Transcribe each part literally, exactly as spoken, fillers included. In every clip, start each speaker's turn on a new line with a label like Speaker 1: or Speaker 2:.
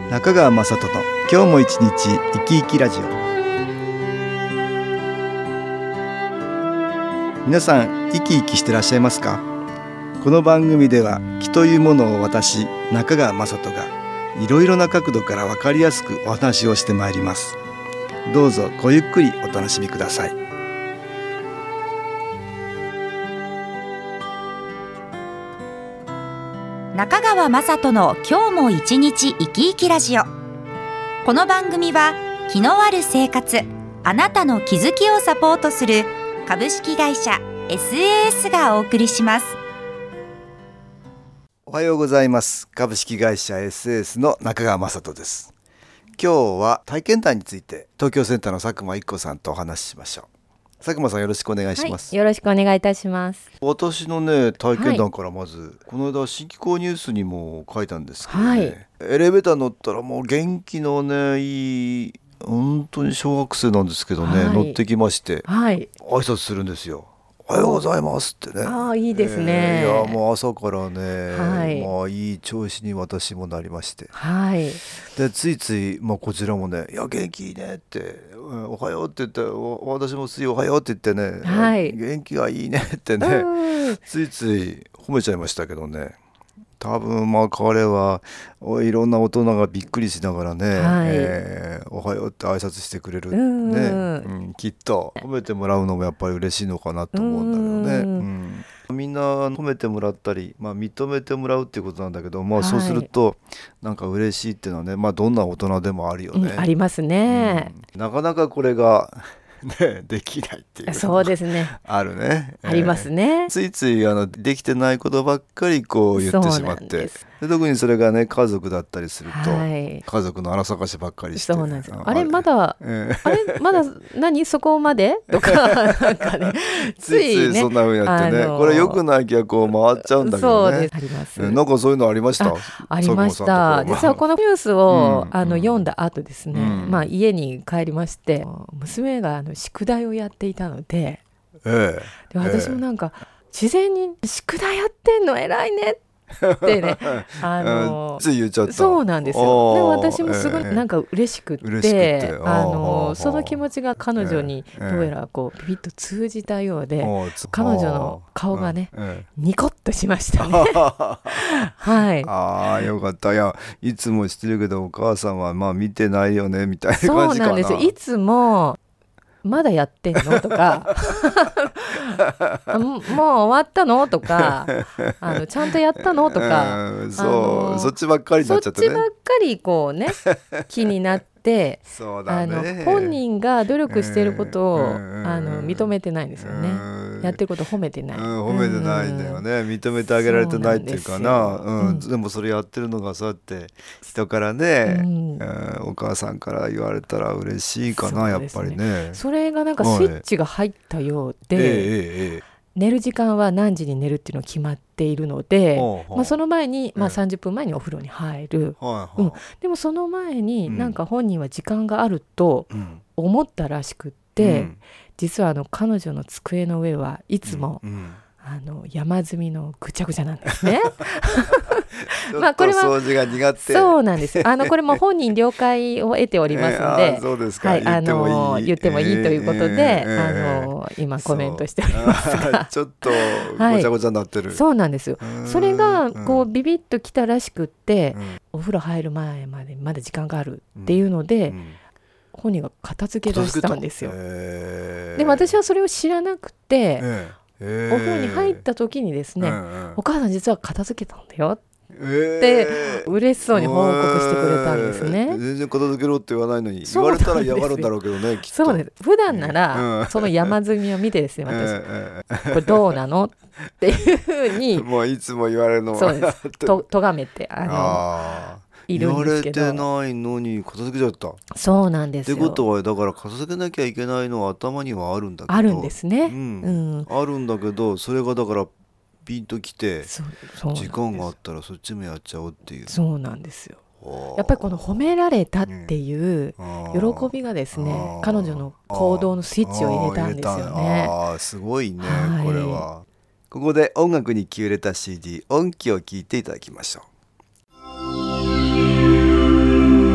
Speaker 1: 中川雅人の今日も一日生き生きラジオ。皆さん生き生きしてらっしゃいますか？この番組では気というものを私中川雅人がいろいろな角度から分かりやすくお話をしてまいります。どうぞごゆっくりお楽しみください。
Speaker 2: 中川雅人の今日も一日生き生きラジオ。この番組は気のある生活、あなたの気づきをサポートする株式会社 エスエーエス がお送りします。
Speaker 1: おはようございます。株式会社 エスエーエス の中川雅人です。今日は体験談について東京センターの佐久間一子さんとお話ししましょう。佐久間さんよろしくお願いします。
Speaker 3: はい、よろしくお願いいたします。
Speaker 1: 私のね体験談からまず、はい、この間新機構ニュースにも書いたんですけどね、はい、エレベーター乗ったらもう元気のねいい本当に小学生なんですけどね、はい、乗ってきまして、はい、挨拶するんですよ。おはようございますってね。
Speaker 3: ああいいですね、
Speaker 1: えー、いやもう朝からね、
Speaker 3: はい、
Speaker 1: まあ、いい調子に私もなりまして、
Speaker 3: はい、
Speaker 1: でついつい、まあ、こちらもねいや元気いいねっておはようって言って私もついおはようって言ってね、はい、元気がいいねってねついつい褒めちゃいましたけどね。多分まあ彼はいろんな大人がびっくりしながらね、はい、えー、おはようって挨拶してくれるね、うんうん、きっと褒めてもらうのもやっぱり嬉しいのかなと思うんだけどね、うんうん、みんな褒めてもらったり、まあ、認めてもらうっていうことなんだけど、まあ、そうするとなんか嬉しいっていうのはね、まあ、どんな大人でもあるよね、
Speaker 3: うん、ありますね、
Speaker 1: うん、なかなかこれがね、できないっていう
Speaker 3: そうですね
Speaker 1: あるね、
Speaker 3: ありますね、
Speaker 1: えー、ついついあのできてないことばっかりこう言ってしまって、で特にそれがね家族だったりすると、はい、家族の荒探しばっかりして、
Speaker 3: そうなんです。あ, あれまだ、えー、あれまだ何そこまでとかなんかね
Speaker 1: ついついそんな風になってね、あのー、これ良くない気がこう回っちゃうんだけどね。
Speaker 3: そうです、あります、
Speaker 1: えー、なんかそういうのありました？ あ,
Speaker 3: ありました。実はこのニュースを、うん、あの読んだ後ですね、
Speaker 1: うん
Speaker 3: まあ、家に帰りまして娘があの宿題をやっていたので、
Speaker 1: え
Speaker 3: ー、で私もなんか、えー、自然に宿題やってんの偉いねってねあの
Speaker 1: つい言っちゃった。
Speaker 3: そうなんですよ。で私もすごいなんか嬉しくって、えー、あのその気持ちが彼女にどうやらこうビビッと通じたようで、彼女の顔がねニコッとしましたねはい、
Speaker 1: ああよかった。いやいつもしてるけどお母さんはまあ見てないよねみたいな感じかな。
Speaker 3: そうなんですよ。いつもまだやってんのとかもう終わったのとかあのちゃんとやったのとか、
Speaker 1: うん、そうそっちばっかりになっちゃってね。
Speaker 3: そっちばっかりこうね気になって
Speaker 1: そうだね、
Speaker 3: あの本人が努力していることを、うん、あの認めてないんですよね、うん、やってることを褒めてない、うん、
Speaker 1: 褒めてないんだよね、うん、認めてあげられてないっていうかな、うんうん、でもそれやってるのがそうやって人からね、うんえー、お母さんから言われたら嬉しいかな、やっぱりね。
Speaker 3: それがなんかスイッチが入ったようで、えーえー、寝る時間は何時に寝るっていうのが決まっているので、まあ、その前に、まあ、さんじゅっぷんまえにお風呂に入る、えーうん、でもその前になんか本人は時間があると思ったらしくって、うん、実はあの彼女の机の上はいつも、うんうんあの山積みのぐちゃぐちゃなんですね
Speaker 1: まあこれは掃除が苦手。
Speaker 3: そうなんです。あのこれも本人了解を得ておりますので、
Speaker 1: えー、そうですか、
Speaker 3: はい、あの言ってもいいということで、えー、あの今コメントしておりますが
Speaker 1: ちょっとごちゃごちゃになってる、
Speaker 3: はい、そうなんですよ。それがこうビビッときたらしくって、うん、お風呂入る前までまだ時間があるっていうので、うんうん、本人が片付け出したんですよ、えー、でも私はそれを知らなくて、えーお風呂に入った時にですね、うんうん、お母さん実は片付けたんだよって嬉しそうに報告してくれたんですね、えー、
Speaker 1: 全然片付けろって言わないのに言われたら嫌がるんだろうけどね、きっと。そうです。
Speaker 3: 普段なら、うん、その山積みを見てですね私、えー、これどうなのっていうふうに
Speaker 1: もういつも言われるのは
Speaker 3: そうですと咎めてあのあいるんですけど、
Speaker 1: 言われてないのに片付けちゃった。
Speaker 3: そうなんですよ。
Speaker 1: ってことはだから片付けなきゃいけないのは頭にはあるんだけど、
Speaker 3: あるんですね、
Speaker 1: うんうん、あるんだけどそれがだからピンときて時間があったらそっちもやっちゃおうっていう。
Speaker 3: そうなんですよ。やっぱりこの褒められたっていう喜びがですね、彼女の行動のスイッチを入れたんですよね。
Speaker 1: ああすごいね、はい、これは。ここで音楽に気を入れた シーディー 音気を聞いていただきましょう。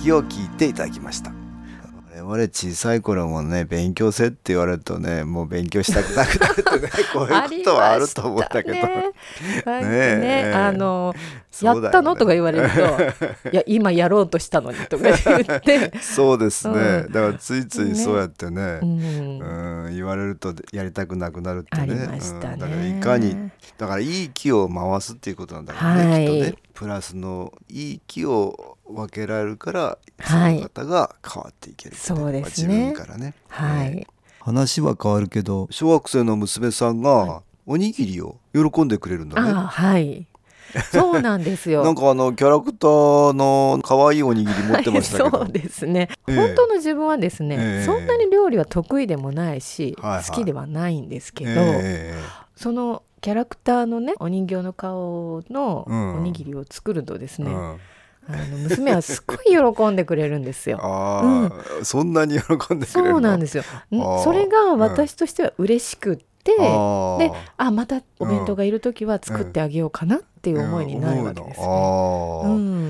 Speaker 1: 気を聞いていただきました。我々小さい頃もね、勉強せって言われるとね、もう勉強したくなくなるってねこういうことはあると思ったけどね
Speaker 3: ね、あのやったの、ね、とか言われるといや今やろうとしたのにとか言って
Speaker 1: そうですね、うん、だからついついそうやってね、うんうん、言われるとやりたくなくなるってね、
Speaker 3: ありましたね、うん、
Speaker 1: だからいかにだからいい気を回すっていうことなんだからね、はい、きっとねプラスのいい気を分けられるからその方が変わっていける、ね、
Speaker 3: そうです
Speaker 1: ね、自分からね、
Speaker 3: はい、
Speaker 1: えー、話は変わるけど小学生の娘さんがおにぎりを喜んでくれるんだね。
Speaker 3: あ、はいそうなんですよ
Speaker 1: なんかあのキャラクターの可愛いおにぎり持ってましたけど、
Speaker 3: はい、そうですね、えー、本当の自分はですね、えー、そんなに料理は得意でもないし、はいはい、好きではないんですけど、えー、そのキャラクターのねお人形の顔のおにぎりを作るとですね、うんうん、あの娘はすっごい喜んでくれるんですよ。
Speaker 1: あ、うん、そんなに喜んでくれるの？
Speaker 3: そうなんですよ。それが私としては嬉しくって、うん、で、あ、またお弁当がいるときは作ってあげようかなっていう思いになるわけですね。
Speaker 1: うん、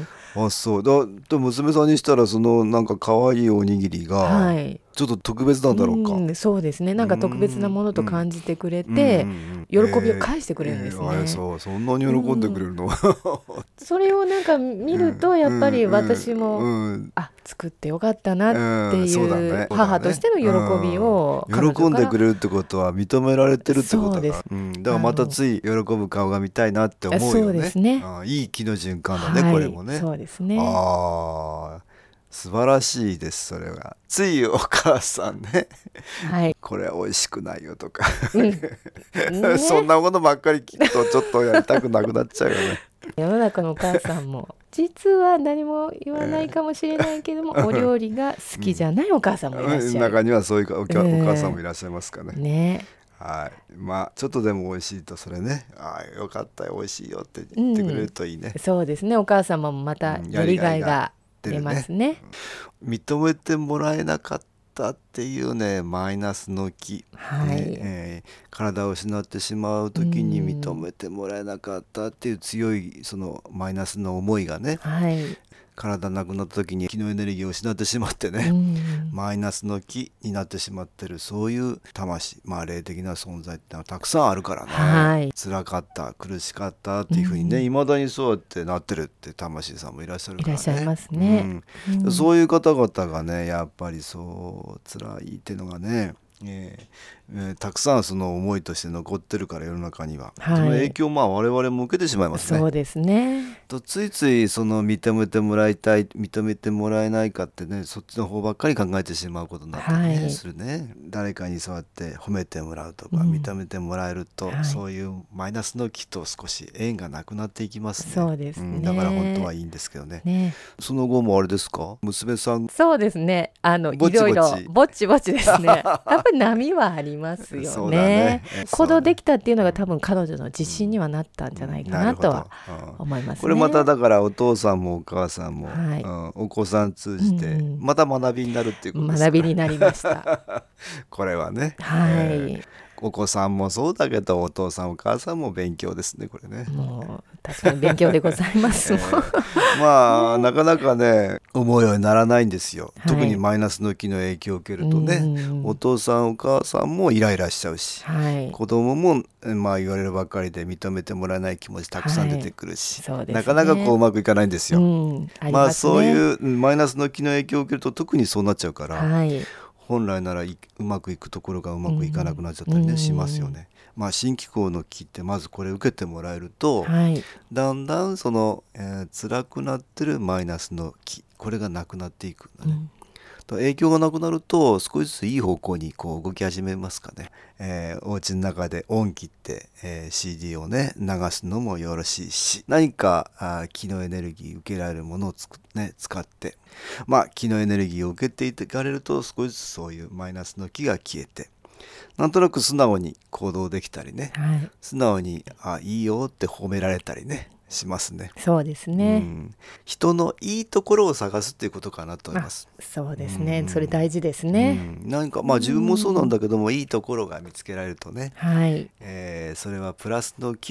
Speaker 1: あ、あ、そうだ。で娘さんにしたらそのなんか可愛いおにぎりが、はい、ちょっと特別なんだろうか。
Speaker 3: うん、そうですね、なんか特別なものと感じてくれて、喜びを返してくれるんですね、
Speaker 1: えーえー、そうそんなに喜んでくれるの、うん、
Speaker 3: それをなんか見るとやっぱり私も、うんうん、あ、作ってよかったなっていう、うんね、母としての喜びを、
Speaker 1: うん、喜んでくれるってことは認められてるってことだから、うん、だからまたつい喜ぶ顔が見たいなって思うよね。
Speaker 3: そうですね、
Speaker 1: あ、いい気の循環だね、はい、これもね。
Speaker 3: そうですね、
Speaker 1: あ、素晴らしいです。それはついお母さんね、はい、これは美味しくないよとか、うんね、そんなものばっかり聞くとちょっとやりたくなくなっちゃうよね。
Speaker 3: 世の中のお母さんも実は何も言わないかもしれないけども、えー、お料理が好きじゃないお母さんもいらっしゃる、うん、
Speaker 1: 中にはそういうお、えー、お母さんもいらっしゃいますかね。
Speaker 3: ね、
Speaker 1: はい、まあちょっとでも美味しいとそれね、あ、よかったよ美味しいよって言ってくれるといいね、
Speaker 3: うん、そうですね、お母様もまたやりがいが出ますね、
Speaker 1: うん、認めてもらえなかったっていうねマイナスの気、
Speaker 3: はい、
Speaker 1: ね、えー、体を失ってしまう時に認めてもらえなかったっていう強いそのマイナスの思いがね、
Speaker 3: はい、
Speaker 1: 体なくなった時に気のエネルギーを失ってしまってね、うん、マイナスの気になってしまってる、そういう魂、まあ霊的な存在ってのはたくさんあるからね、はい、辛かった苦しかったっていうふうにね、いま、うん、だにそうやってなってるって魂さんもいらっしゃるからね、
Speaker 3: いらっしゃいますね、
Speaker 1: うんうん、そういう方々がねやっぱりそう辛いっていうのがね、えーえー、たくさんその思いとして残ってるから世の中には、はい、その影響をまあ我々も受けてしまいますね。
Speaker 3: そうですね。
Speaker 1: とついついその認めてもらいたい認めてもらえないかってね、そっちの方ばっかり考えてしまうことになってね、はい、するね。誰かにそうやって褒めてもらうとか、うん、認めてもらえると、はい、そういうマイナスの気と少し縁がなくなっていきますね。
Speaker 3: そうですね、
Speaker 1: うん、だから本当はいいんですけど ね,
Speaker 3: ね
Speaker 1: その後もあれですか、娘さん。
Speaker 3: そうですね、あの
Speaker 1: ぼちぼち
Speaker 3: いろいろぼちぼちですねやっぱり波はありますよね。
Speaker 1: そうだね、
Speaker 3: 行動できたっていうのが多分彼女の自信にはなったんじゃないかなとは思いますね。
Speaker 1: これまただからお父さんもお母さんも、はい、うん、お子さん通じてまた学びになるっていうことですか、
Speaker 3: 学びになりました
Speaker 1: これはね、
Speaker 3: はい、
Speaker 1: えーお子さんもそうだけどお父さんお母さんも勉強ですね、これね。
Speaker 3: もう確かに勉強でございます、え
Speaker 1: ー、まあなかなかね思うようにならないんですよ、はい、特にマイナスの気の影響を受けるとね、お父さんお母さんもイライラしちゃうし、はい、子供もまあ言われるばっかりで認めてもらえない気持ちたくさん出てくるし、はいね、なかなかこううまくいかないんですよ、うん、ありますね。まあそういうマイナスの気の影響を受けると特にそうなっちゃうから、はい、本来ならうまくいくところがうまくいかなくなっちゃったりね、うん、しますよね。まあ新機構の気ってまずこれ受けてもらえると、はい、だんだんその、えー、辛くなってるマイナスの気、これがなくなっていくんだね、うん、と影響がなくなると少しずついい方向にこう動き始めますかね、えー、お家の中で音切って、えー、シーディー をね流すのもよろしいし、何かあ気のエネルギー受けられるものをつく、ね、使ってまあ気のエネルギーを受けていかれると少しずつそういうマイナスの気が消えて、なんとなく素直に行動できたりね、はい、素直にあいいよって褒められたりねしますね。
Speaker 3: そうですね、うん、
Speaker 1: 人のいいところを探すっていうことかなと思います。
Speaker 3: そうですね、うん、それ大事ですね、
Speaker 1: うん、なんかまあ自分もそうなんだけども、いいところが見つけられるとね、
Speaker 3: はい、
Speaker 1: えー、それはプラスの気を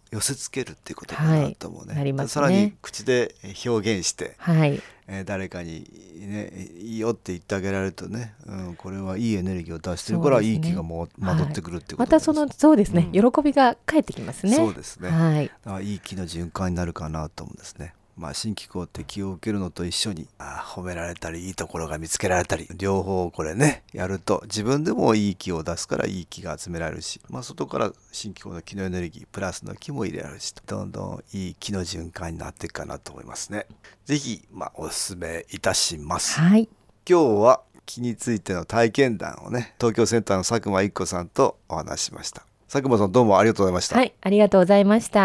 Speaker 1: 寄せつけるっていうことかなと思うね、
Speaker 3: はい、なりますね。
Speaker 1: さらに口で表現して、
Speaker 3: はい
Speaker 1: えー、誰かに、ね、いいよって言ってあげられるとね、うん、これはいいエネルギーを出してるから、ね、いい気がも戻ってくるっていうことです、
Speaker 3: はい、またそのそうですね、うん、喜びが返ってきますね。
Speaker 1: そうですね、
Speaker 3: はい、
Speaker 1: だからいい気の循環になるかなと思うんですね。まあ、新機構って気を受けるのと一緒にあ褒められたりいいところが見つけられたり両方これねやると自分でもいい気を出すからいい気が集められるし、まあ、外から新機構の気のエネルギープラスの気も入れられるしどんどんいい気の循環になっていくかなと思いますね。ぜひ、まあ、お勧めいたします、
Speaker 3: はい、
Speaker 1: 今日は気についての体験談をね東京センターの佐久間一子さんとお話ししました。佐久間さんどうもありがとうございました。
Speaker 3: はい、ありがとうございました。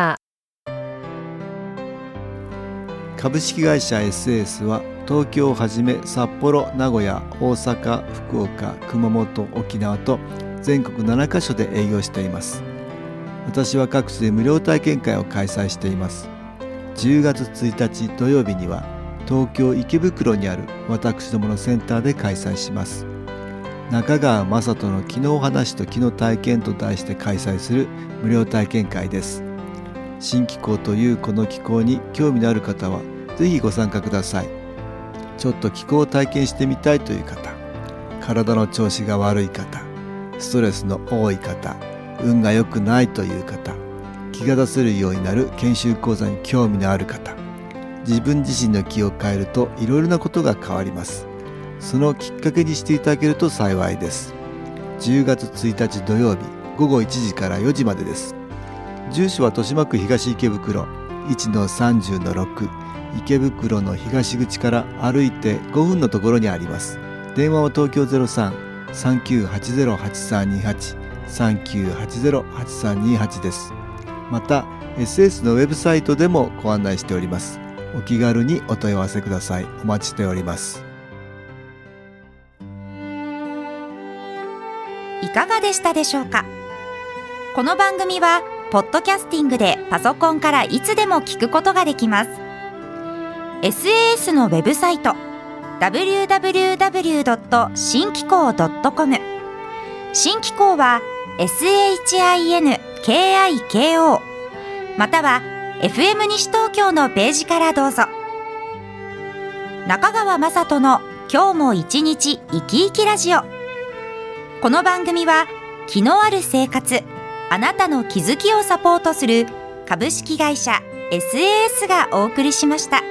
Speaker 1: 株式会社 エスエーエス は東京をはじめ札幌、名古屋、大阪、福岡、熊本、沖縄と全国ななカ所で営業しています。私は各地で無料体験会を開催しています。じゅうがつついたち土曜日には東京池袋にある私どものセンターで開催します。中川雅人の気のお話と気の体験と題して開催する無料体験会です。新気候というこの気候に興味のある方はぜひご参加ください。ちょっと気候を体験してみたいという方、体の調子が悪い方、ストレスの多い方、運が良くないという方、気が出せるようになる研修講座に興味のある方、自分自身の気を変えるといろいろなことが変わります。そのきっかけにしていただけると幸いです。じゅうがつついたち土曜日ごごいちじからよじまでです。住所は豊島区東池袋 いちのさんじゅうのろく、池袋の東口から歩いてごふんのところにあります。電話は東京 ゼロさん さんきゅうはちゼロ はちさんにはち さんきゅうはちゼロ はちさんにはち です。また エスエス のウェブサイトでもご案内しております。お気軽にお問い合わせください。お待ちしております。
Speaker 2: いかがでしたでしょうか。この番組はポッドキャスティングでパソコンからいつでも聞くことができます。 エスエーエス のウェブサイト ダブリューダブリューダブリュードットシンキコードットコム 新気候は エスエイチアイエヌケーアイケーオー または エフエム 西東京のページからどうぞ。中川雅人の今日も一日生き生きラジオ。この番組は気のある生活、あなたの気づきをサポートする株式会社 エスエーエス がお送りしました。